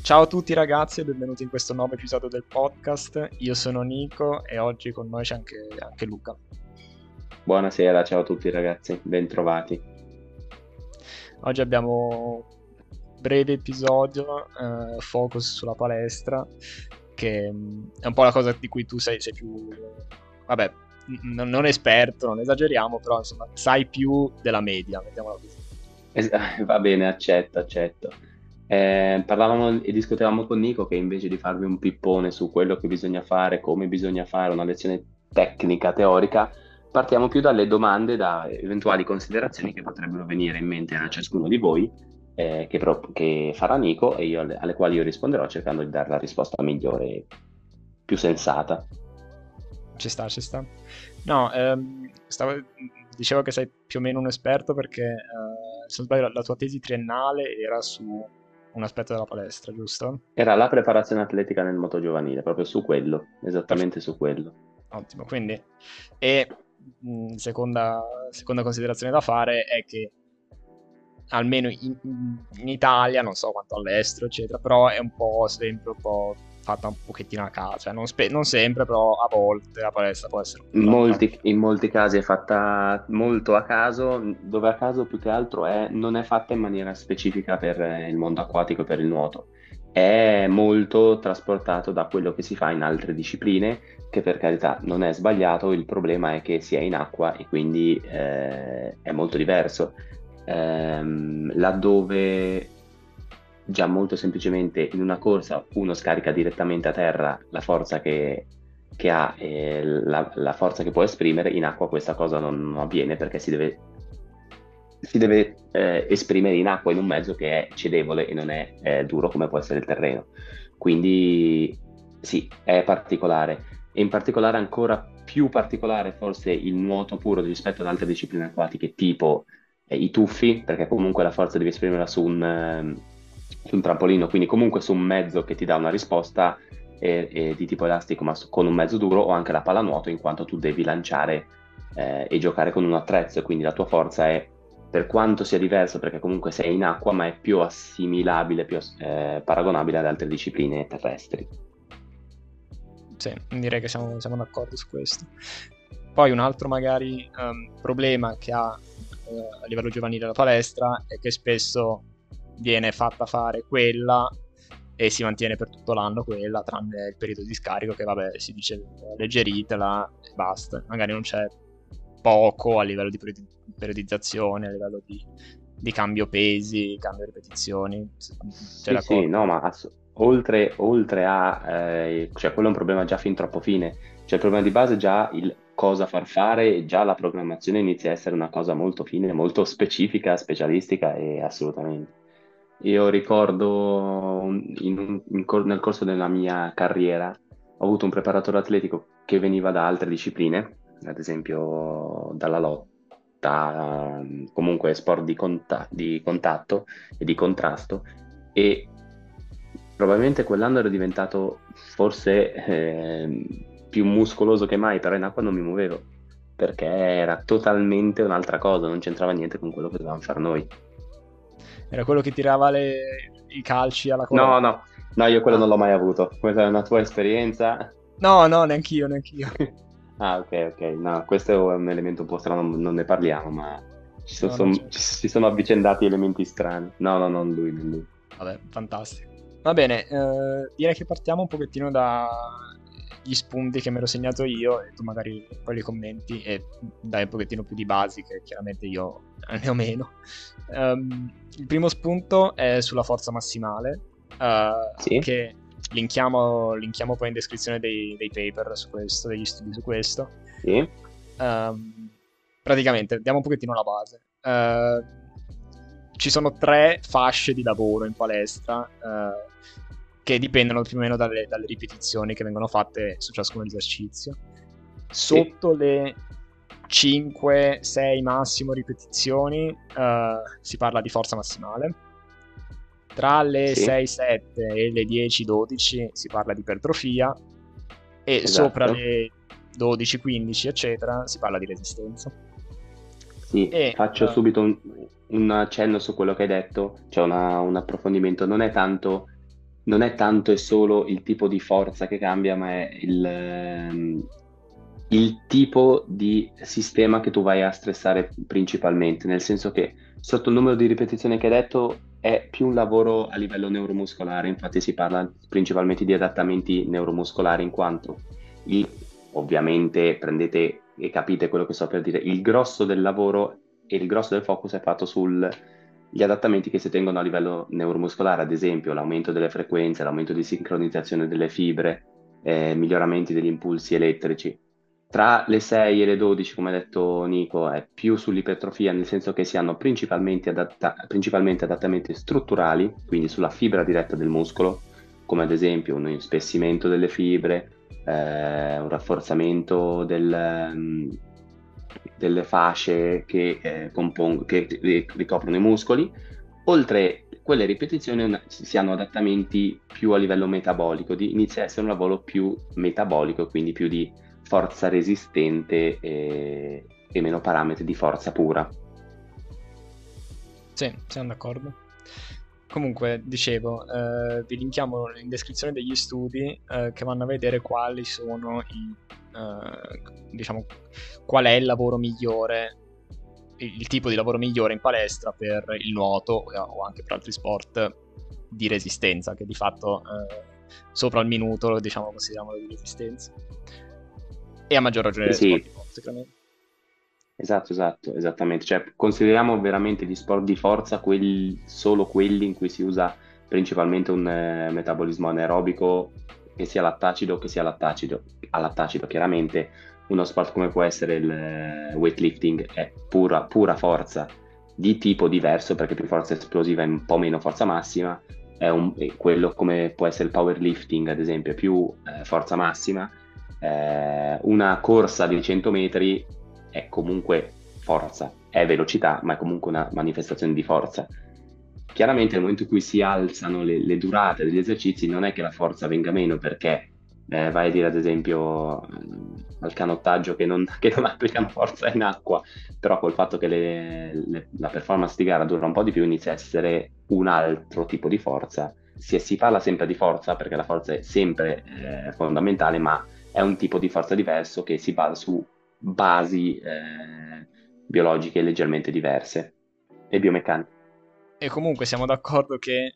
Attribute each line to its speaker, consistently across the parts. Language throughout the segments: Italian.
Speaker 1: Ciao a tutti ragazzi e benvenuti in questo nuovo episodio del podcast. Io sono Nico e oggi con noi c'è anche Luca.
Speaker 2: Buonasera, ciao a tutti ragazzi, bentrovati.
Speaker 1: Oggi abbiamo un breve episodio, focus sulla palestra, che è un po' la cosa di cui tu sei più, vabbè, non esperto, non esageriamo, però insomma sai più della media, mettiamola così.
Speaker 2: Va bene, accetto. Parlavamo e discutevamo con Nico che invece di farvi un pippone su quello che bisogna fare, come bisogna fare, una lezione tecnica, teorica, partiamo più dalle domande, da eventuali considerazioni che potrebbero venire in mente a ciascuno di voi, che farà Nico e io, alle quali io risponderò cercando di dare la risposta migliore, più sensata.
Speaker 1: Ci sta. No, dicevo che sei più o meno un esperto perché, se non sbaglio, la tua tesi triennale era su un aspetto della palestra, giusto?
Speaker 2: Era la preparazione atletica nel moto giovanile, proprio su quello, esattamente
Speaker 1: Perfetto,
Speaker 2: su quello.
Speaker 1: ottimo. Quindi, e seconda considerazione da fare è che almeno in Italia, non so quanto all'estero, eccetera, però è un po' sempre un po' fatta un pochettino a caso, cioè non sempre, però a volte la palestra può essere un po' fatta.
Speaker 2: In molti casi è fatta molto a caso, dove a caso più che altro non è fatta in maniera specifica per il mondo acquatico, per il nuoto. È molto trasportato da quello che si fa in altre discipline, che per carità non è sbagliato, il problema è che si è in acqua e quindi è molto diverso. Laddove già molto semplicemente in una corsa uno scarica direttamente a terra la forza che ha e la forza che può esprimere, in acqua questa cosa non avviene perché si deve esprimere in acqua in un mezzo che è cedevole e non è duro come può essere il terreno. Quindi sì, è particolare. E in particolare ancora più particolare forse il nuoto puro rispetto ad altre discipline acquatiche, tipo i tuffi, perché comunque la forza devi esprimerla su un trampolino, quindi comunque su un mezzo che ti dà una risposta di tipo elastico, ma con un mezzo duro, o anche la pallanuoto, in quanto tu devi lanciare e giocare con un attrezzo, e quindi la tua forza è, per quanto sia diverso, perché comunque sei in acqua, ma è più assimilabile, più paragonabile ad altre discipline terrestri.
Speaker 1: Sì, direi che siamo d'accordo su questo. Poi un altro magari problema che ha a livello giovanile la palestra è che spesso viene fatta fare quella e si mantiene per tutto l'anno quella, tranne il periodo di scarico che vabbè si dice alleggeritela e basta. Magari non c'è poco a livello di periodizzazione, a livello di cambio pesi, cambio ripetizioni. Sei
Speaker 2: Sì, sì,
Speaker 1: d'accordo?
Speaker 2: no, ma oltre a, cioè quello è un problema già fin troppo fine, cioè il problema di base è già il cosa far fare, e già la programmazione inizia a essere una cosa molto fine, molto specifica, specialistica e assolutamente. Io ricordo nel corso della mia carriera ho avuto un preparatore atletico che veniva da altre discipline, ad esempio dalla lotta, comunque sport di contatto e di contrasto, e probabilmente quell'anno ero diventato forse più muscoloso che mai, però in acqua non mi muovevo, perché era totalmente un'altra cosa, non c'entrava niente con quello che dovevamo fare noi.
Speaker 1: Era quello che tirava i calci alla
Speaker 2: No,
Speaker 1: colonna.
Speaker 2: no, no, io quello
Speaker 1: Ah.
Speaker 2: non l'ho mai avuto. Questa è una tua esperienza?
Speaker 1: No, no, neanch'io.
Speaker 2: Ah, ok, ok. No, questo è un elemento un po' strano, non ne parliamo, ma
Speaker 1: No, non c'è.
Speaker 2: ci si sono avvicendati elementi strani. No, no, non lui, non lui.
Speaker 1: Vabbè, fantastico. Va bene, direi che partiamo un pochettino dagli spunti che mi ero segnato io e tu magari poi li commenti e dai un pochettino più di basi che chiaramente io ne ho meno. Il primo spunto è sulla forza massimale,
Speaker 2: Sì?
Speaker 1: che linkiamo poi in descrizione dei paper su questo, degli studi su questo.
Speaker 2: Sì?
Speaker 1: Praticamente, diamo un pochettino la base. Ci sono tre fasce di lavoro in palestra che dipendono più o meno dalle ripetizioni che vengono fatte su ciascun esercizio.
Speaker 2: Sì?
Speaker 1: Sotto le 5-6 massimo ripetizioni si parla di forza massimale. Tra le
Speaker 2: Sì?
Speaker 1: 6-7 e le 10-12 si parla di ipertrofia e sopra
Speaker 2: Esatto.
Speaker 1: le 12-15 eccetera si parla di resistenza.
Speaker 2: Sì,
Speaker 1: E
Speaker 2: faccio subito un accenno su quello che hai detto, cioè un approfondimento. Non è tanto non è tanto e solo il tipo di forza che cambia, ma è il tipo di sistema che tu vai a stressare principalmente, nel senso che sotto il numero di ripetizioni che hai detto è più un lavoro a livello neuromuscolare, infatti si parla principalmente di adattamenti neuromuscolari, in quanto il- ovviamente prendete e capite quello che sto per dire, il grosso del lavoro e il grosso del focus è fatto sugli adattamenti che si tengono a livello neuromuscolare, ad esempio l'aumento delle frequenze, l'aumento di sincronizzazione delle fibre, miglioramenti degli impulsi elettrici. Tra le 6 e le 12, come ha detto Nico, è più sull'ipertrofia, nel senso che si hanno principalmente adattamenti strutturali, quindi sulla fibra diretta del muscolo, come ad esempio un ispessimento delle fibre, un rafforzamento delle fasce che ricoprono i muscoli. Oltre quelle ripetizioni si hanno adattamenti più a livello metabolico, inizia a essere un lavoro più metabolico, quindi più di forza resistente e meno parametri di forza pura.
Speaker 1: Sì, siamo d'accordo. Comunque, dicevo, vi linkiamo in descrizione degli studi che vanno a vedere quali sono diciamo, qual è il lavoro migliore, il tipo di lavoro migliore in palestra per il nuoto o anche per altri sport di resistenza, che di fatto sopra il minuto lo diciamo consideriamo di resistenza. E a maggior ragione sport
Speaker 2: Sì,
Speaker 1: di forza, chiaramente.
Speaker 2: esatto, esatto, esattamente. Cioè, consideriamo veramente gli sport di forza solo quelli in cui si usa principalmente un metabolismo anaerobico, che sia lattacido o che sia alattacido. Chiaramente uno sport come può essere il weightlifting è pura, pura forza di tipo diverso, perché più forza esplosiva e un po' meno forza massima. E quello come può essere il powerlifting, ad esempio, più forza massima. Una corsa di 100 metri è comunque forza, è velocità, ma è comunque una manifestazione di forza. Chiaramente nel momento in cui si alzano le durate degli esercizi, non è che la forza venga meno, perché vai a dire ad esempio al canottaggio che non applicano forza in acqua, però col fatto che la performance di gara dura un po' di più, inizia a essere un altro tipo di forza. Si parla sempre di forza, perché la forza è sempre fondamentale, ma è un tipo di forza diverso che si basa su basi biologiche leggermente diverse e biomeccaniche.
Speaker 1: E comunque siamo d'accordo che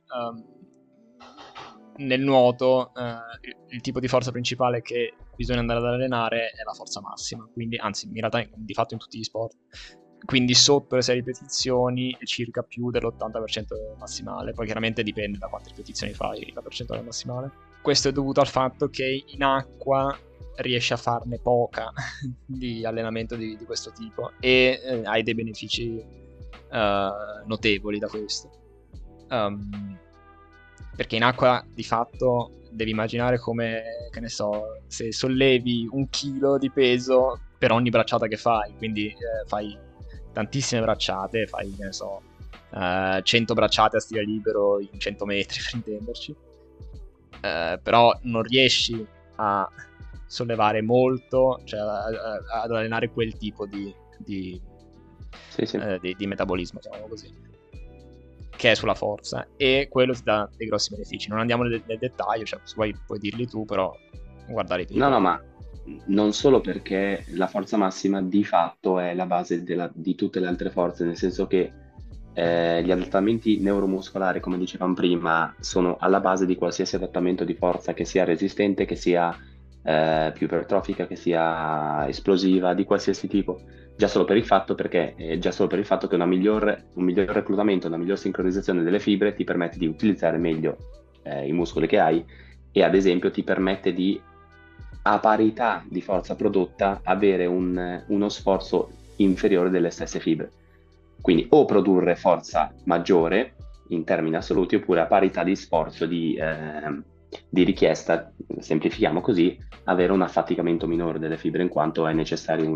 Speaker 1: nel nuoto il tipo di forza principale che bisogna andare ad allenare è la forza massima, quindi anzi, in realtà di fatto in tutti gli sport. Quindi sotto le 6 ripetizioni circa più dell'80% massimale, poi chiaramente dipende da quante ripetizioni fai la percentuale massimale. Questo è dovuto al fatto che in acqua riesci a farne poca di allenamento di questo tipo e hai dei benefici notevoli da questo. Perché in acqua di fatto devi immaginare come, che ne so, se sollevi 1 chilo di peso per ogni bracciata che fai, quindi fai tantissime bracciate, fai, che ne so, 100 bracciate a stile libero in 100 metri per intenderci. Però non riesci a sollevare molto, cioè ad allenare quel tipo di,
Speaker 2: Sì, sì.
Speaker 1: di metabolismo, chiamiamolo così, che è sulla forza, e quello ti dà dei grossi benefici. Non andiamo nel dettaglio, cioè, se vuoi puoi dirli tu, però guardare i
Speaker 2: No,
Speaker 1: paper.
Speaker 2: no, ma non solo perché la forza massima di fatto è la base di tutte le altre forze, nel senso che gli adattamenti neuromuscolari, come dicevamo prima, sono alla base di qualsiasi adattamento di forza, che sia resistente, che sia più ipertrofica, che sia esplosiva, di qualsiasi tipo. Già solo per il fatto che un miglior reclutamento, una miglior sincronizzazione delle fibre ti permette di utilizzare meglio i muscoli che hai e ad esempio ti permette di, a parità di forza prodotta, avere uno sforzo inferiore delle stesse fibre. Quindi o produrre forza maggiore in termini assoluti, oppure a parità di sforzo di richiesta, semplifichiamo così, avere un affaticamento minore delle fibre, in quanto è necessario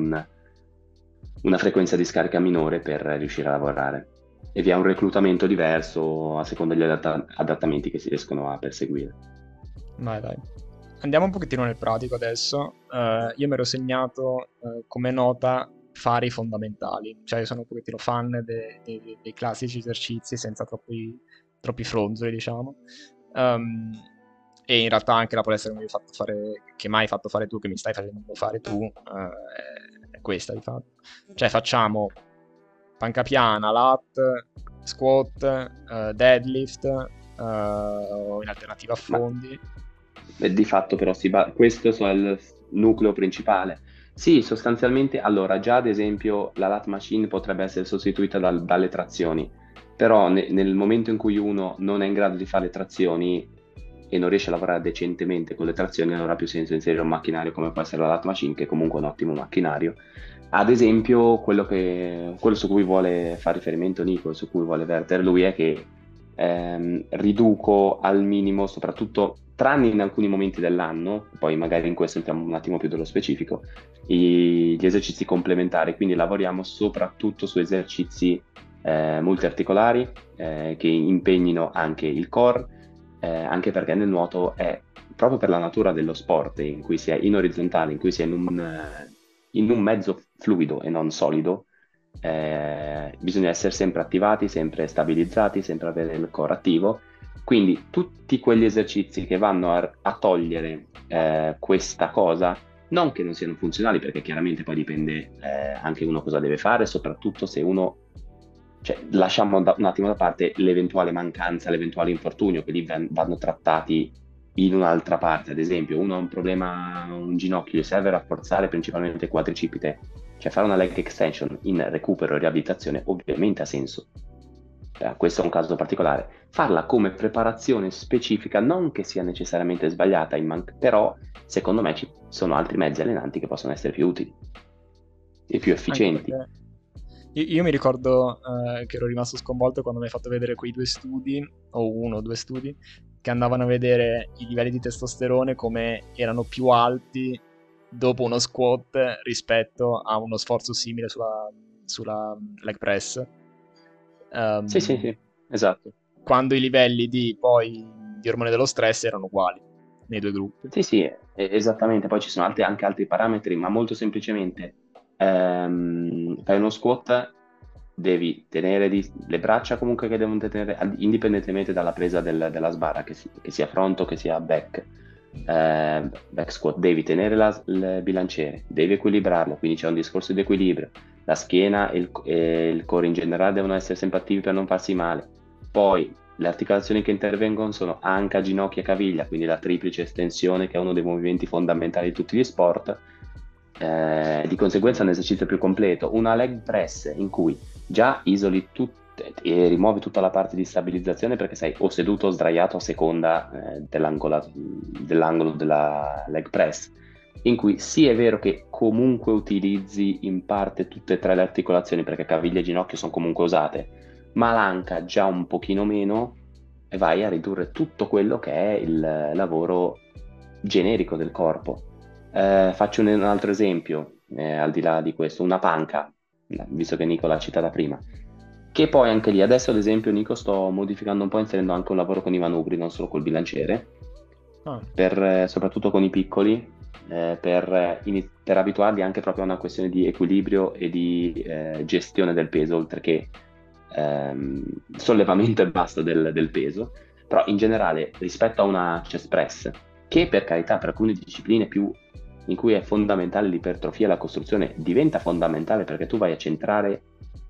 Speaker 2: una frequenza di scarica minore per riuscire a lavorare. E vi è un reclutamento diverso a seconda degli adattamenti che si riescono a perseguire.
Speaker 1: Vai, dai. Andiamo un pochettino nel pratico adesso. Io mi ero segnato come nota fare i fondamentali, cioè io sono un pochettino fan dei classici esercizi senza troppi fronzoli, diciamo. Um, e in realtà anche la palestra che mi hai fatto fare, che mi hai fatto fare tu, che mi stai facendo fare tu, è questa di fatto. Cioè facciamo panca piana, lat, squat, deadlift, o in alternativa a
Speaker 2: Ma
Speaker 1: fondi.
Speaker 2: di fatto però questo è il nucleo principale. Sì, sostanzialmente, allora già ad esempio la lat machine potrebbe essere sostituita dalle trazioni, però nel momento in cui uno non è in grado di fare le trazioni e non riesce a lavorare decentemente con le trazioni, non ha più senso inserire un macchinario come può essere la lat machine, che è comunque un ottimo macchinario. Ad esempio, quello su cui vuole fare riferimento Nico, su cui vuole vertere lui, è che riduco al minimo, soprattutto tranne in alcuni momenti dell'anno, poi magari in questo entriamo un attimo più dello specifico, gli esercizi complementari, quindi lavoriamo soprattutto su esercizi multiarticolari che impegnino anche il core, anche perché nel nuoto è proprio per la natura dello sport in cui si è in orizzontale, in cui si è in un mezzo fluido e non solido, bisogna essere sempre attivati, sempre stabilizzati, sempre avere il core attivo. Quindi tutti quegli esercizi che vanno a togliere questa cosa, non che non siano funzionali, perché chiaramente poi dipende anche uno cosa deve fare, soprattutto se uno, cioè, lasciamo un attimo da parte l'eventuale mancanza, l'eventuale infortunio, che lì vanno trattati in un'altra parte. Ad esempio, uno ha un problema, un ginocchio, gli serve rafforzare principalmente il quadricipite, cioè fare una leg extension in recupero e riabilitazione ovviamente ha senso. Questo è un caso particolare. Farla come preparazione specifica, non che sia necessariamente sbagliata, però secondo me ci sono altri mezzi allenanti che possono essere più utili e più
Speaker 1: Anche
Speaker 2: efficienti.
Speaker 1: perché io mi ricordo che ero rimasto sconvolto quando mi hai fatto vedere quei due studi, o uno o due studi, che andavano a vedere i livelli di testosterone come erano più alti dopo uno squat rispetto a uno sforzo simile sulla leg press.
Speaker 2: Sì, sì,
Speaker 1: Ehm,
Speaker 2: sì, esatto.
Speaker 1: quando i livelli di ormone dello stress erano uguali nei due gruppi.
Speaker 2: Sì, sì, esattamente. Poi ci sono anche altri parametri, ma molto semplicemente fai uno squat, devi tenere le braccia comunque che devono tenere, indipendentemente dalla presa della sbarra, che sia front o che sia back. Back squat, devi tenere il bilanciere, devi equilibrarlo, quindi c'è un discorso di equilibrio. La schiena e il core in generale devono essere sempre attivi per non farsi male. Poi le articolazioni che intervengono sono anca, ginocchia e caviglia, quindi la triplice estensione che è uno dei movimenti fondamentali di tutti gli sport. Di conseguenza è un esercizio più completo. Una leg press in cui già isoli e rimuovi tutta la parte di stabilizzazione perché sei o seduto o sdraiato a seconda dell'angolo della leg press, in cui sì è vero che comunque utilizzi in parte tutte e tre le articolazioni perché caviglia e ginocchio sono comunque usate, ma l'anca già un pochino meno e vai a ridurre tutto quello che è il lavoro generico del corpo. Faccio un altro esempio, al di là di questo, una panca, visto che Nico l'ha citata prima, che poi anche lì, adesso ad esempio Nico sto modificando un po', inserendo anche un lavoro con i manubri, non solo col bilanciere,
Speaker 1: Ah,
Speaker 2: soprattutto con i piccoli, per abituarli anche proprio a una questione di equilibrio e di gestione del peso, oltre che sollevamento e basta del peso, però in generale rispetto a una chest press, che per carità per alcune discipline più in cui è fondamentale l'ipertrofia e la costruzione, diventa fondamentale perché tu vai a centrare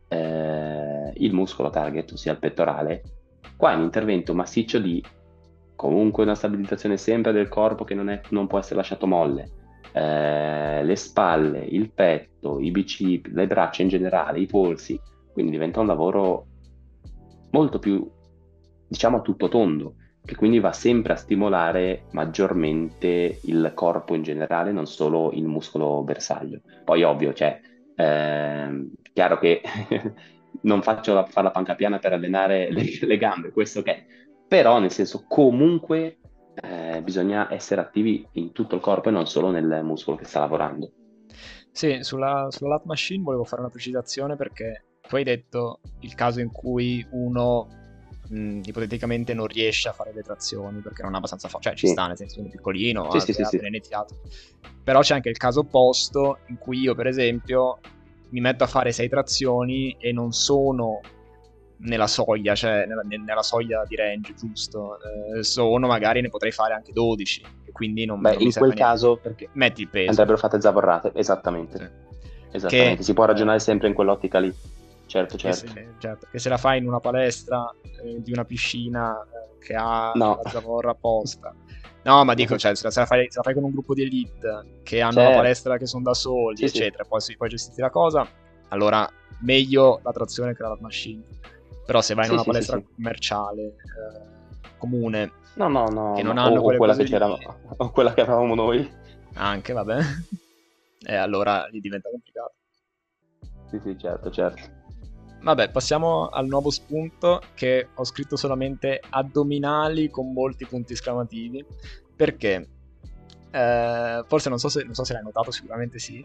Speaker 2: il muscolo target, ossia il pettorale, qua è un intervento massiccio di comunque una stabilizzazione sempre del corpo che non può essere lasciato molle, le spalle, il petto, i bicipiti, le braccia in generale, i polsi, quindi diventa un lavoro molto più, diciamo, a tutto tondo, che quindi va sempre a stimolare maggiormente il corpo in generale, non solo il muscolo bersaglio. Poi ovvio, cioè, chiaro che non faccio fare la panca piana per allenare le gambe, questo che è. Però nel senso comunque bisogna essere attivi in tutto il corpo e non solo nel muscolo che sta lavorando.
Speaker 1: sì, sulla lat machine volevo fare una precisazione perché tu hai detto il caso in cui uno ipoteticamente non riesce a fare le trazioni perché non ha abbastanza forza, cioè ci
Speaker 2: Sì,
Speaker 1: sta, nel senso uno è piccolino,
Speaker 2: sì, sì, sì,
Speaker 1: ha
Speaker 2: sì.
Speaker 1: appena iniziato. Però c'è anche il caso opposto in cui io, per esempio, mi metto a fare 6 trazioni e non sono nella soglia, cioè nella soglia di range, giusto. Sono magari ne potrei fare anche 12, e quindi non
Speaker 2: Beh,
Speaker 1: mi
Speaker 2: in
Speaker 1: serve
Speaker 2: quel
Speaker 1: a niente.
Speaker 2: caso
Speaker 1: Perché metti il peso.
Speaker 2: andrebbero fatte zavorrate, esattamente.
Speaker 1: Sì.
Speaker 2: Esattamente,
Speaker 1: Che,
Speaker 2: si può ragionare sempre in quell'ottica lì. Certo,
Speaker 1: che
Speaker 2: certo.
Speaker 1: se, certo, che se la fai in una palestra di una piscina che ha
Speaker 2: No.
Speaker 1: la zavorra apposta. No, ma dico, cioè, se la fai con un gruppo di elite che hanno una
Speaker 2: Certo.
Speaker 1: palestra che sono da soli,
Speaker 2: Sì, sì.
Speaker 1: eccetera, poi gestirti la cosa, allora meglio la trazione che la machine. Però se vai in
Speaker 2: Sì,
Speaker 1: una
Speaker 2: sì, sì,
Speaker 1: palestra
Speaker 2: sì.
Speaker 1: commerciale, comune,
Speaker 2: No, no, no,
Speaker 1: che non
Speaker 2: no.
Speaker 1: hanno
Speaker 2: O
Speaker 1: quelle
Speaker 2: quella
Speaker 1: cose
Speaker 2: che c'era,
Speaker 1: lì,
Speaker 2: o quella che avevamo noi.
Speaker 1: anche, vabbè, e allora gli diventa complicato.
Speaker 2: Sì, sì, certo, certo.
Speaker 1: Vabbè, passiamo al nuovo spunto, che ho scritto solamente addominali con molti punti esclamativi, perché forse non so se l'hai notato, sicuramente sì.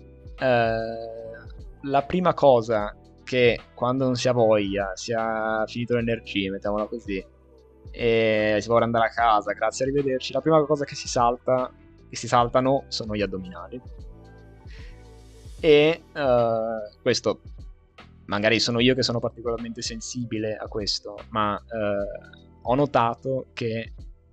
Speaker 1: La prima cosa che quando non si ha voglia, si ha finito l'energia, mettiamola così, e si vuole andare a casa, grazie, arrivederci, la prima cosa che si saltano sono gli addominali. E questo magari sono io che sono particolarmente sensibile a questo, ma ho notato che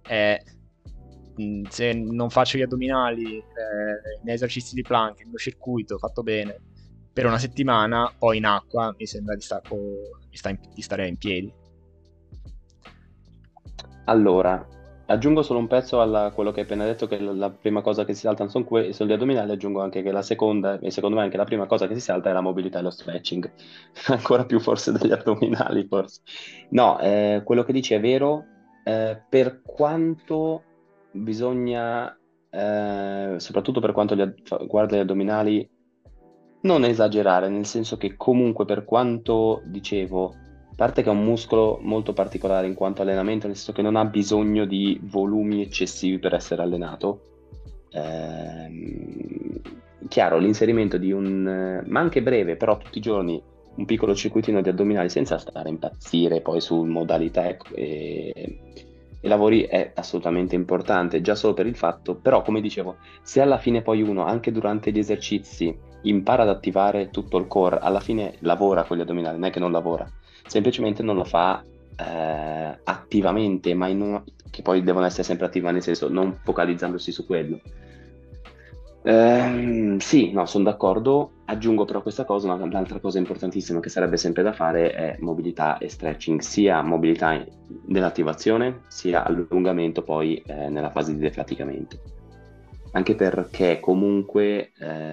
Speaker 1: se non faccio gli addominali nei esercizi di plank, il mio circuito fatto bene per una settimana, poi in acqua mi sembra di stare in piedi.
Speaker 2: Allora, aggiungo solo un pezzo a quello che hai appena detto, che la prima cosa che si saltano sono gli addominali, aggiungo anche che la seconda, e secondo me anche la prima cosa che si salta è la mobilità e lo stretching, ancora più forse degli addominali, forse. No, quello che dici è vero, per quanto bisogna, soprattutto per quanto riguarda gli addominali, non esagerare, nel senso che comunque per quanto dicevo, a parte che è un muscolo molto particolare in quanto allenamento, nel senso che non ha bisogno di volumi eccessivi per essere allenato. Ehm, Chiaro, l'inserimento di ma anche breve, però tutti i giorni, un piccolo circuitino di addominali senza stare a impazzire poi su modalità e lavori è assolutamente importante, già solo per il fatto, però come dicevo, se alla fine poi uno, anche durante gli esercizi, impara ad attivare tutto il core, alla fine lavora con gli addominali, non è che non lavora, semplicemente non lo fa attivamente, che poi devono essere sempre attiva, nel senso non focalizzandosi su quello. Sì, no, sono d'accordo. Aggiungo però questa cosa, un'altra cosa importantissima che sarebbe sempre da fare è mobilità e stretching, sia mobilità nell'attivazione, sia allungamento poi nella fase di defaticamento. Anche perché comunque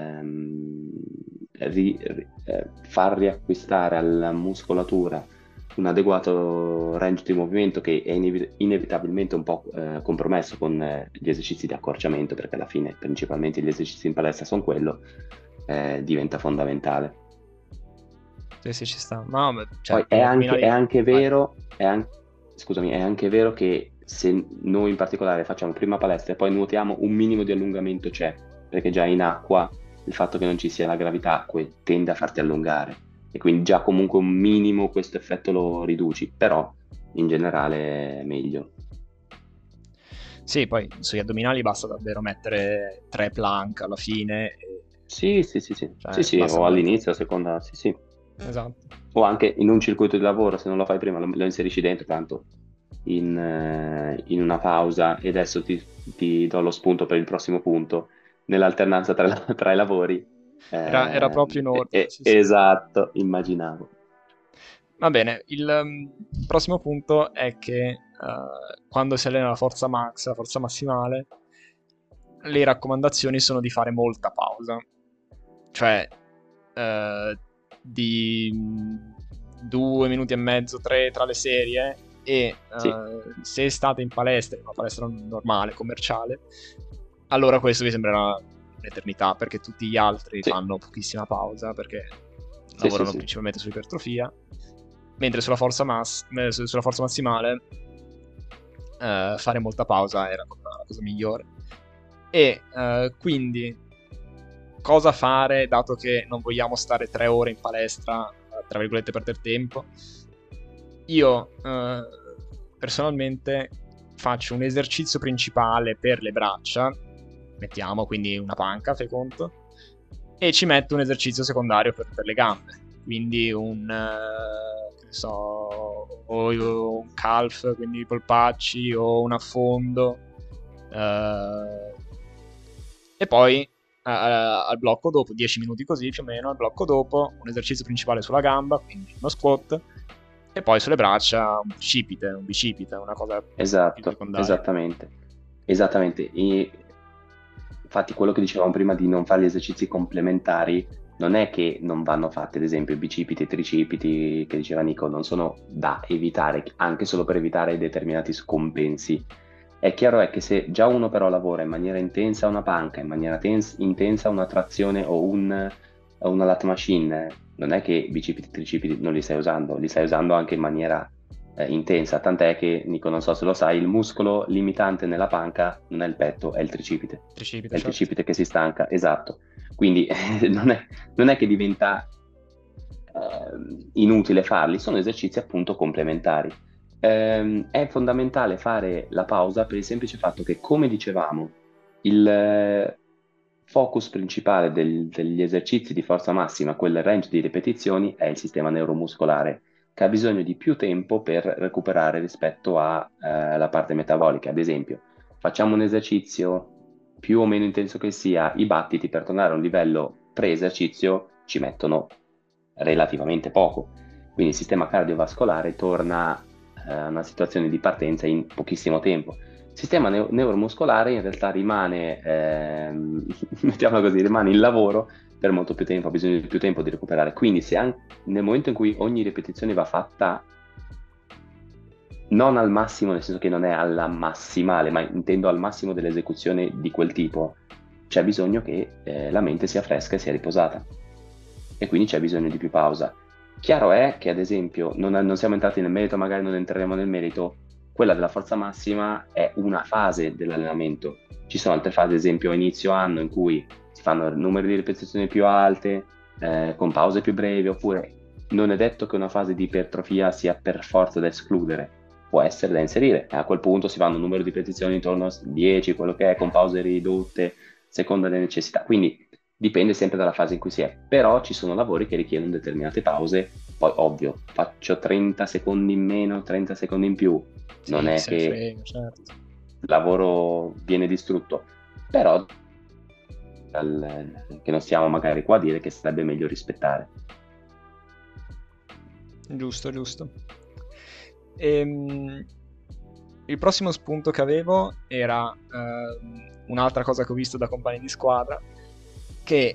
Speaker 2: far riacquistare alla muscolatura un adeguato range di movimento che è inevitabilmente un po' compromesso con gli esercizi di accorciamento, perché alla fine principalmente gli esercizi in palestra sono quello, diventa fondamentale.
Speaker 1: Sì, sì, ci sta. No, ma, cioè,
Speaker 2: Poi
Speaker 1: per gli
Speaker 2: è
Speaker 1: addominali.
Speaker 2: anche
Speaker 1: Vai.
Speaker 2: vero, scusami, è anche vero che se noi in particolare facciamo prima palestra e poi nuotiamo, un minimo di allungamento c'è, perché già in acqua il fatto che non ci sia la gravità tende a farti allungare e quindi già comunque un minimo questo effetto lo riduci, però in generale è meglio.
Speaker 1: Sì, poi sugli addominali basta davvero mettere 3 plank alla fine,
Speaker 2: Sì, sì, sì, sì, sì,
Speaker 1: cioè
Speaker 2: sì, o
Speaker 1: bastano tanto.
Speaker 2: all'inizio, a seconda, sì, sì.
Speaker 1: Esatto.
Speaker 2: O anche in un circuito di lavoro, se non lo fai prima, lo inserisci dentro, tanto in una pausa e adesso ti do lo spunto per il prossimo punto, nell'alternanza tra i lavori.
Speaker 1: Era proprio in ordine, sì, sì.
Speaker 2: Esatto, immaginavo.
Speaker 1: Va bene, il prossimo punto è che quando si allena la forza max, la forza massimale, le raccomandazioni sono di fare molta pausa. Cioè, di 2 minuti e mezzo, 3 tra le serie, e
Speaker 2: Sì,
Speaker 1: se state in palestra, in una palestra normale, commerciale, allora questo vi sembrerà un'eternità, perché tutti gli altri
Speaker 2: sì,
Speaker 1: fanno pochissima pausa, perché
Speaker 2: sì, sì,
Speaker 1: lavorano
Speaker 2: sì.
Speaker 1: principalmente sull'ipertrofia, mentre sulla forza massimale fare molta pausa era la cosa migliore. E quindi cosa fare, dato che non vogliamo stare 3 ore in palestra, tra virgolette, per del tempo? Io personalmente faccio un esercizio principale per le braccia, mettiamo quindi una panca, fai conto, e ci metto un esercizio secondario per le gambe, quindi che ne so, o un calf, quindi i polpacci, o un affondo, e poi al blocco dopo, 10 minuti così più o meno, al blocco dopo un esercizio principale sulla gamba, quindi uno squat, e poi sulle braccia un bicipite, una cosa più
Speaker 2: Esatto,
Speaker 1: secondaria.
Speaker 2: esattamente. Infatti quello che dicevamo prima di non fare gli esercizi complementari non è che non vanno fatti, ad esempio, i bicipiti e i tricipiti che diceva Nico, non sono da evitare, anche solo per evitare determinati scompensi. È chiaro è che se già uno però lavora in maniera intensa una panca, in maniera intensa una trazione o una lat machine, non è che bicipiti e tricipiti non li stai usando anche in maniera intensa, tant'è che, Nico, non so se lo sai, il muscolo limitante nella panca non è il petto, è il tricipite.
Speaker 1: Tricipite,
Speaker 2: È il
Speaker 1: certo.
Speaker 2: tricipite che si stanca, esatto. Quindi non è che diventa inutile farli, sono esercizi appunto complementari. È fondamentale fare la pausa per il semplice fatto che, come dicevamo, il focus principale degli esercizi di forza massima, quel range di ripetizioni, è il sistema neuromuscolare, che ha bisogno di più tempo per recuperare rispetto alla parte metabolica. Ad esempio, facciamo un esercizio più o meno intenso che sia, i battiti per tornare a un livello pre-esercizio ci mettono relativamente poco. Quindi il sistema cardiovascolare torna a una situazione di partenza in pochissimo tempo. Il sistema neuromuscolare in realtà rimane, mettiamola così, rimane in lavoro per molto più tempo, ha bisogno di più tempo di recuperare. Quindi se anche nel momento in cui ogni ripetizione va fatta non al massimo, nel senso che non è alla massimale, ma intendo al massimo dell'esecuzione di quel tipo, c'è bisogno che la mente sia fresca e sia riposata. E quindi c'è bisogno di più pausa. Chiaro è che, ad esempio, non siamo entrati nel merito, magari non entreremo nel merito, quella della forza massima è una fase dell'allenamento. Ci sono altre fasi, ad esempio, a inizio anno, in cui si fanno numeri di ripetizioni più alte, con pause più brevi, oppure non è detto che una fase di ipertrofia sia per forza da escludere, può essere da inserire. A quel punto si fanno un numero di ripetizioni intorno a 10, quello che è, con pause ridotte, seconda delle necessità. Quindi dipende sempre dalla fase in cui si è, però ci sono lavori che richiedono determinate pause, poi ovvio, faccio 30 secondi in meno, 30 secondi in più, non
Speaker 1: Sì, chi
Speaker 2: è
Speaker 1: se ne
Speaker 2: che
Speaker 1: frega, certo.
Speaker 2: il lavoro viene distrutto, però che non stiamo magari qua a dire che sarebbe meglio rispettare.
Speaker 1: Giusto, giusto. Ehm, il prossimo spunto che avevo era un'altra cosa che ho visto da compagni di squadra, che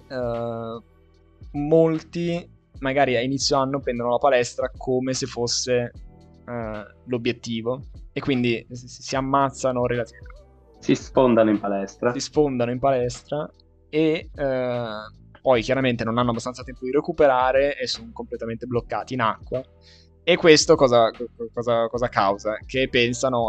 Speaker 1: molti magari a inizio anno prendono la palestra come se fosse l'obiettivo, e quindi si ammazzano relativamente,
Speaker 2: Si sfondano in
Speaker 1: si
Speaker 2: palestra.
Speaker 1: sfondano in palestra e poi chiaramente non hanno abbastanza tempo di recuperare e sono completamente bloccati in acqua. E questo cosa causa? Che pensano,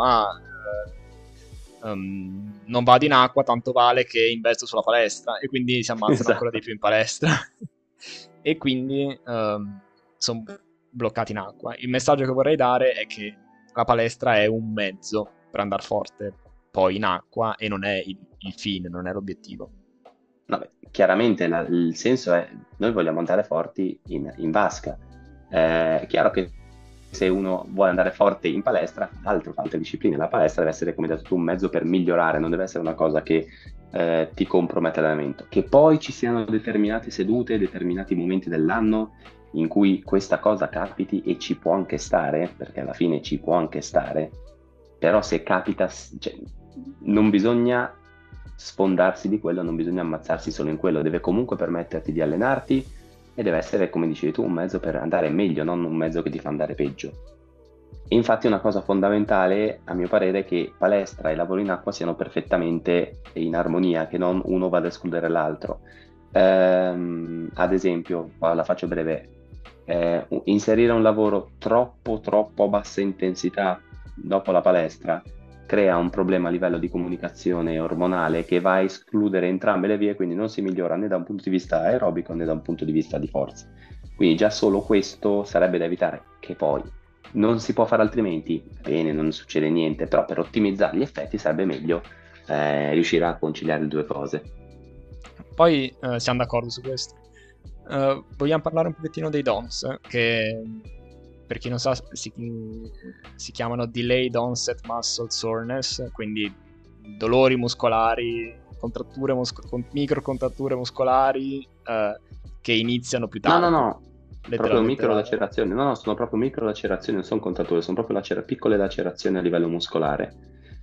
Speaker 1: non vado in acqua, tanto vale che investo sulla palestra, e quindi si ammazzano ancora di
Speaker 2: Esatto.
Speaker 1: più in palestra. E quindi sono bloccati in acqua. Il messaggio che vorrei dare è che la palestra è un mezzo per andare forte poi in acqua, e non è il fine, non è l'obiettivo.
Speaker 2: Vabbè, chiaramente il senso è noi vogliamo andare forti in vasca. È chiaro che se uno vuole andare forte in palestra, fa altro, fa altre discipline. La palestra deve essere, come hai detto tu, un mezzo per migliorare, non deve essere una cosa che ti compromette l'allenamento. Che poi ci siano determinate sedute, determinati momenti dell'anno in cui questa cosa capiti, e ci può anche stare, perché alla fine ci può anche stare, però se capita, cioè, non bisogna sfondarsi di quello, non bisogna ammazzarsi solo in quello, deve comunque permetterti di allenarti e deve essere, come dicevi tu, un mezzo per andare meglio, non un mezzo che ti fa andare peggio. E infatti una cosa fondamentale, a mio parere, è che palestra e lavoro in acqua siano perfettamente in armonia, che non uno vada a escludere l'altro. Ad esempio, qua la faccio breve, inserire un lavoro troppo a bassa intensità dopo la palestra crea un problema a livello di comunicazione ormonale che va a escludere entrambe le vie, quindi non si migliora né da un punto di vista aerobico né da un punto di vista di forza. Quindi già solo questo sarebbe da evitare, che poi non si può fare altrimenti, bene, non succede niente, però per ottimizzare gli effetti sarebbe meglio riuscire a conciliare le due cose.
Speaker 1: Poi siamo d'accordo su questo. Vogliamo parlare un pochettino dei DOMS, che per chi non sa, si chiamano delayed onset muscle soreness, quindi dolori muscolari, microcontratture muscolari che iniziano più
Speaker 2: No, no,
Speaker 1: tardi,
Speaker 2: no, proprio
Speaker 1: letteralmente
Speaker 2: micro lacerazioni. No, no, sono proprio micro lacerazioni, non sono contratture, sono proprio piccole lacerazioni a livello muscolare.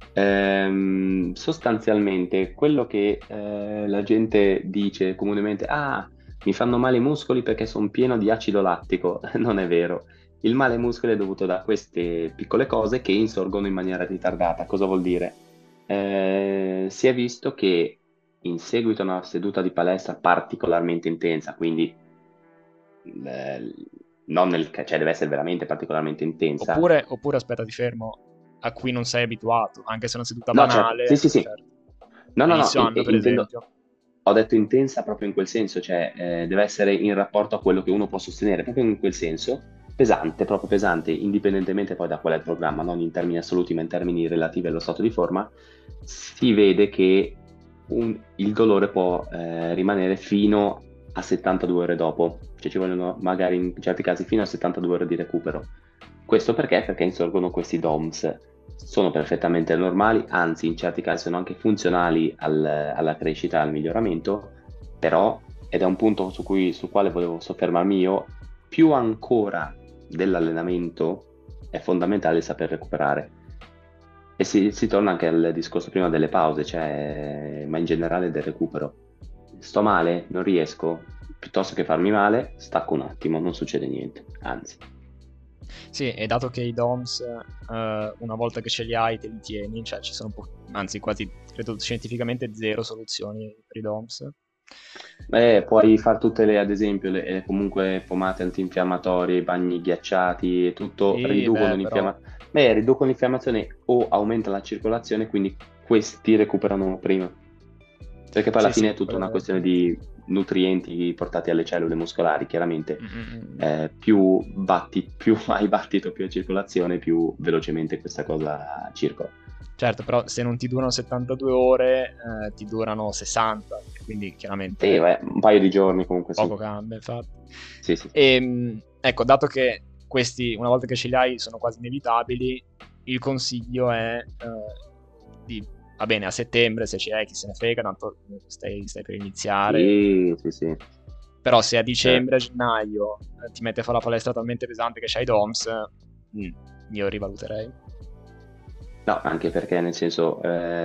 Speaker 2: Sostanzialmente, quello che la gente dice comunemente, ah, mi fanno male i muscoli perché sono pieno di acido lattico, non è vero. Il male ai muscoli è dovuto da queste piccole cose che insorgono in maniera ritardata. Cosa vuol dire? Si è visto che in seguito a una seduta di palestra particolarmente intensa, quindi eh, non cioè deve essere veramente particolarmente intensa.
Speaker 1: oppure aspetta, ti fermo, a cui non sei abituato, anche se è una seduta
Speaker 2: No, certo, sì,
Speaker 1: banale,
Speaker 2: sì, sì.
Speaker 1: certo.
Speaker 2: No,
Speaker 1: A
Speaker 2: no, no,
Speaker 1: inizio anno, per
Speaker 2: intendo,
Speaker 1: esempio.
Speaker 2: ho detto intensa proprio in quel senso, cioè deve essere in rapporto a quello che uno può sostenere, proprio in quel senso, pesante, proprio pesante, indipendentemente poi da qual è il programma, non in termini assoluti, ma in termini relativi allo stato di forma, si vede che il dolore può rimanere fino a 72 ore dopo, cioè ci vogliono magari in certi casi fino a 72 ore di recupero. Questo perché? Perché insorgono questi DOMS. Sono perfettamente normali, anzi in certi casi sono anche funzionali alla crescita, al miglioramento, però, ed è un punto sul quale volevo soffermarmi io, più ancora dell'allenamento è fondamentale saper recuperare. E si torna anche al discorso prima delle pause, cioè, ma in generale del recupero. Sto male, non riesco, piuttosto che farmi male, stacco un attimo, non succede niente, anzi.
Speaker 1: Sì, e dato che i DOMS, una volta che ce li hai, te li tieni, cioè ci sono anzi quasi, credo scientificamente zero soluzioni per i DOMS.
Speaker 2: Puoi fare tutte le, ad esempio, comunque pomate antinfiammatorie, bagni ghiacciati e tutto
Speaker 1: Sì, beh, però...
Speaker 2: riducono l'infiammazione o aumentano la circolazione, quindi questi recuperano prima. Perché poi alla
Speaker 1: Sì,
Speaker 2: fine
Speaker 1: sì,
Speaker 2: è tutta una
Speaker 1: quello...
Speaker 2: questione di nutrienti portati alle cellule muscolari, chiaramente.
Speaker 1: Mm, mm, mm.
Speaker 2: Più hai battito, più hai circolazione, più velocemente questa cosa circola.
Speaker 1: Certo, però se non ti durano 72 ore, ti durano 60, quindi
Speaker 2: Sì,
Speaker 1: chiaramente
Speaker 2: beh, un paio di giorni comunque sì.
Speaker 1: poco cambia, infatti.
Speaker 2: Sì, sì.
Speaker 1: Ecco, dato che questi, una volta che ce li hai, sono quasi inevitabili, il consiglio è va bene, a settembre se ci hai, chi se ne frega, tanto stai per iniziare.
Speaker 2: Sì, sì, sì.
Speaker 1: Però se a
Speaker 2: Eh,
Speaker 1: dicembre, a gennaio ti metti a fare la palestra talmente pesante che c'hai DOMS, mm, io rivaluterei.
Speaker 2: No, anche perché nel senso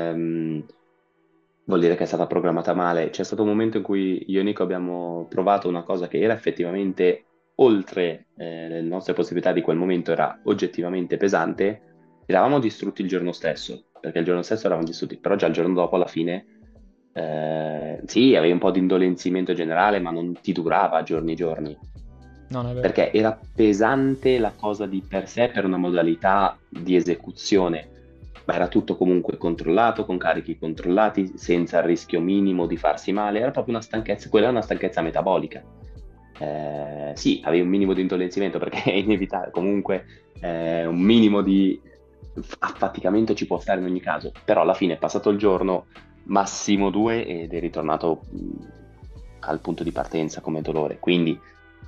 Speaker 2: vuol dire che è stata programmata male. C'è stato un momento in cui io e Nico abbiamo provato una cosa che era effettivamente oltre le nostre possibilità di quel momento, era oggettivamente pesante. Eravamo distrutti il giorno stesso, perché il giorno stesso eravamo distrutti, però già il giorno dopo alla fine sì, avevi un po' di indolenzimento generale, ma non ti durava giorni e giorni
Speaker 1: Non è vero.
Speaker 2: perché era pesante la cosa di per sé per una modalità di esecuzione, ma era tutto comunque controllato, con carichi controllati, senza il rischio minimo di farsi male, era proprio una stanchezza, quella è una stanchezza metabolica. Sì, avevi un minimo di indolenzimento perché è inevitabile, comunque un minimo di affaticamento ci può stare in ogni caso, però alla fine è passato il giorno, massimo due ed è ritornato al punto di partenza come dolore, quindi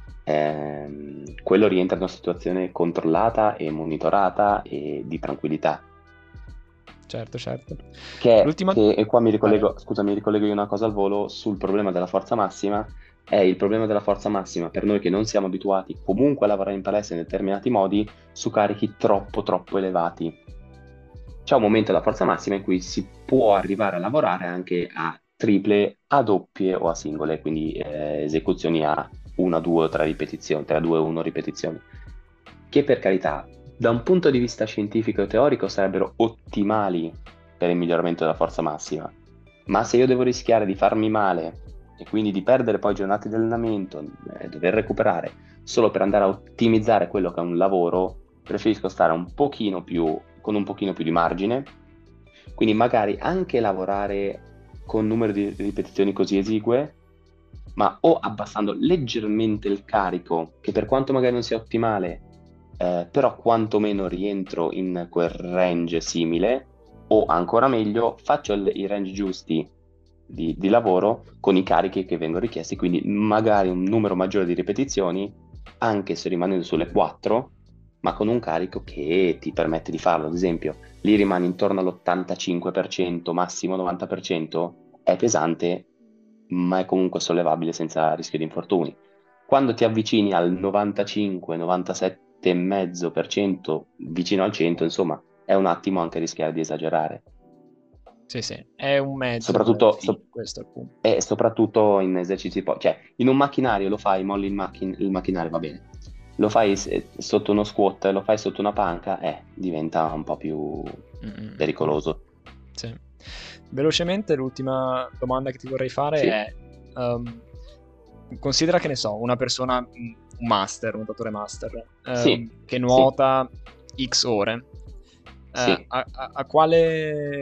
Speaker 2: quello rientra in una situazione controllata e monitorata e di tranquillità.
Speaker 1: Certo, certo.
Speaker 2: Che,
Speaker 1: L'ultima...
Speaker 2: e qua mi
Speaker 1: Vai, vai.
Speaker 2: ricollego, scusa, mi ricollego io una cosa al volo sul problema della forza massima. È il problema della forza massima per noi che non siamo abituati comunque a lavorare in palestra in determinati modi su carichi troppo, troppo elevati. C'è un momento della forza massima in cui si può arrivare a lavorare anche a triple, a doppie o a singole, quindi esecuzioni a una, due o tre ripetizioni, 3, 2, 1 ripetizioni, che per carità, da un punto di vista scientifico e teorico sarebbero ottimali per il miglioramento della forza massima, ma se io devo rischiare di farmi male e quindi di perdere poi giornate di allenamento, dover recuperare solo per andare a ottimizzare quello che è un lavoro, preferisco stare un pochino più, con un pochino più di margine, quindi magari anche lavorare con numero di ripetizioni così esigue, ma o abbassando leggermente il carico, che per quanto magari non sia ottimale, però quantomeno rientro in quel range simile, o ancora meglio, faccio i range giusti di lavoro con i carichi che vengono richiesti, quindi magari un numero maggiore di ripetizioni, anche se rimanendo sulle 4, ma con un carico che ti permette di farlo. Ad esempio, lì rimani intorno all'85%, massimo 90%, è pesante, ma è comunque sollevabile senza rischio di infortuni. Quando ti avvicini al 95, 97,5%, vicino al 100, insomma, è un attimo anche rischiare di esagerare.
Speaker 1: Sì, sì, è un mezzo, non è un
Speaker 2: Soprattutto,
Speaker 1: fine, questo è il punto.
Speaker 2: e soprattutto in esercizi, cioè in un macchinario lo fai, molli il macchinario, va bene. Lo fai sotto uno squat, lo fai sotto una panca, diventa un po' più
Speaker 1: Mm-mm.
Speaker 2: pericoloso.
Speaker 1: Sì. Velocemente, l'ultima domanda che ti vorrei fare
Speaker 2: Sì,
Speaker 1: è, considera che ne so, una persona, un master, un nuotatore master,
Speaker 2: sì,
Speaker 1: che
Speaker 2: sì,
Speaker 1: nuota X ore,
Speaker 2: sì.
Speaker 1: a quale...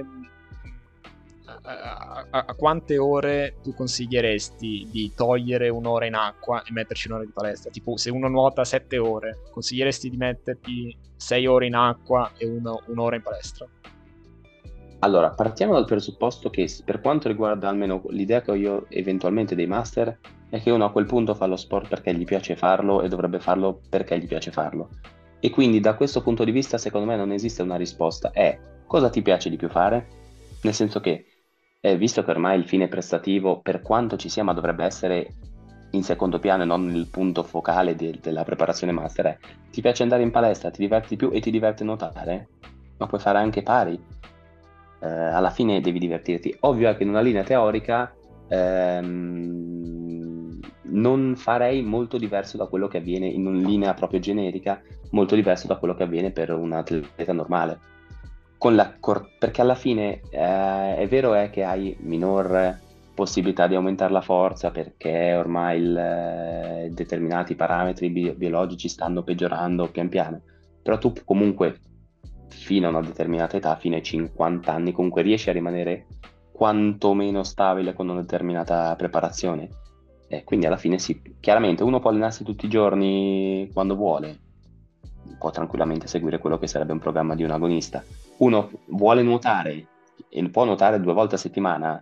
Speaker 1: a quante ore tu consiglieresti di togliere un'ora in acqua e metterci un'ora di palestra? Tipo, se uno nuota 7 ore, consiglieresti di metterti 6 ore in acqua e un'ora in palestra?
Speaker 2: Allora, partiamo dal presupposto che per quanto riguarda almeno l'idea che ho io eventualmente dei master, è che uno a quel punto fa lo sport perché gli piace farlo e dovrebbe farlo perché gli piace farlo. E quindi da questo punto di vista, secondo me, non esiste una risposta. È cosa ti piace di più fare? Nel senso che, visto che ormai il fine prestativo, per quanto ci sia, ma dovrebbe essere in secondo piano e non il punto focale della preparazione master, è ti piace andare in palestra, ti diverti di più e ti diverte nuotare? Ma puoi fare anche pari. Alla fine devi divertirti. Ovvio è che in una linea teorica non farei molto diverso da quello che avviene in una linea proprio generica, molto diverso da quello che avviene per un atleta normale. Perché alla fine è vero è che hai minor possibilità di aumentare la forza perché ormai determinati parametri biologici stanno peggiorando pian piano, però tu comunque fino a una determinata età, fino ai 50 anni, comunque riesci a rimanere quantomeno stabile con una determinata preparazione. E quindi alla fine sì, chiaramente uno può allenarsi tutti i giorni quando vuole, può tranquillamente seguire quello che sarebbe un programma di un agonista. Uno vuole nuotare e può nuotare 2 volte a settimana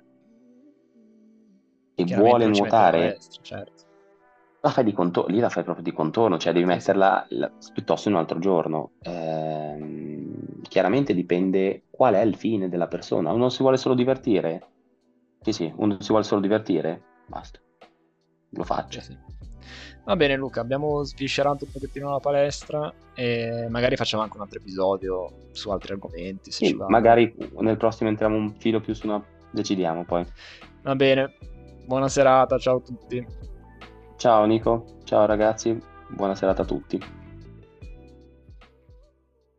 Speaker 2: e
Speaker 1: Chiaramente
Speaker 2: vuole
Speaker 1: non ci mette la
Speaker 2: nuotare,
Speaker 1: palestra, certo.
Speaker 2: la fai di contorno, lì la fai proprio di contorno, cioè devi
Speaker 1: Sì, sì.
Speaker 2: metterla piuttosto in un altro giorno. Chiaramente dipende qual è il fine della persona. Uno si vuole solo divertire? Sì, sì, uno si vuole solo divertire? Basta, lo
Speaker 1: Sì,
Speaker 2: faccia.
Speaker 1: sì. Va bene Luca, abbiamo sviscerato un pochettino la palestra e magari facciamo anche un altro episodio su altri argomenti, se ci
Speaker 2: Sì,
Speaker 1: va, dai.
Speaker 2: magari nel prossimo entriamo un filo più su una... Decidiamo poi.
Speaker 1: Va bene, buona serata, ciao a tutti.
Speaker 2: Ciao Nico, ciao ragazzi, buona serata a tutti.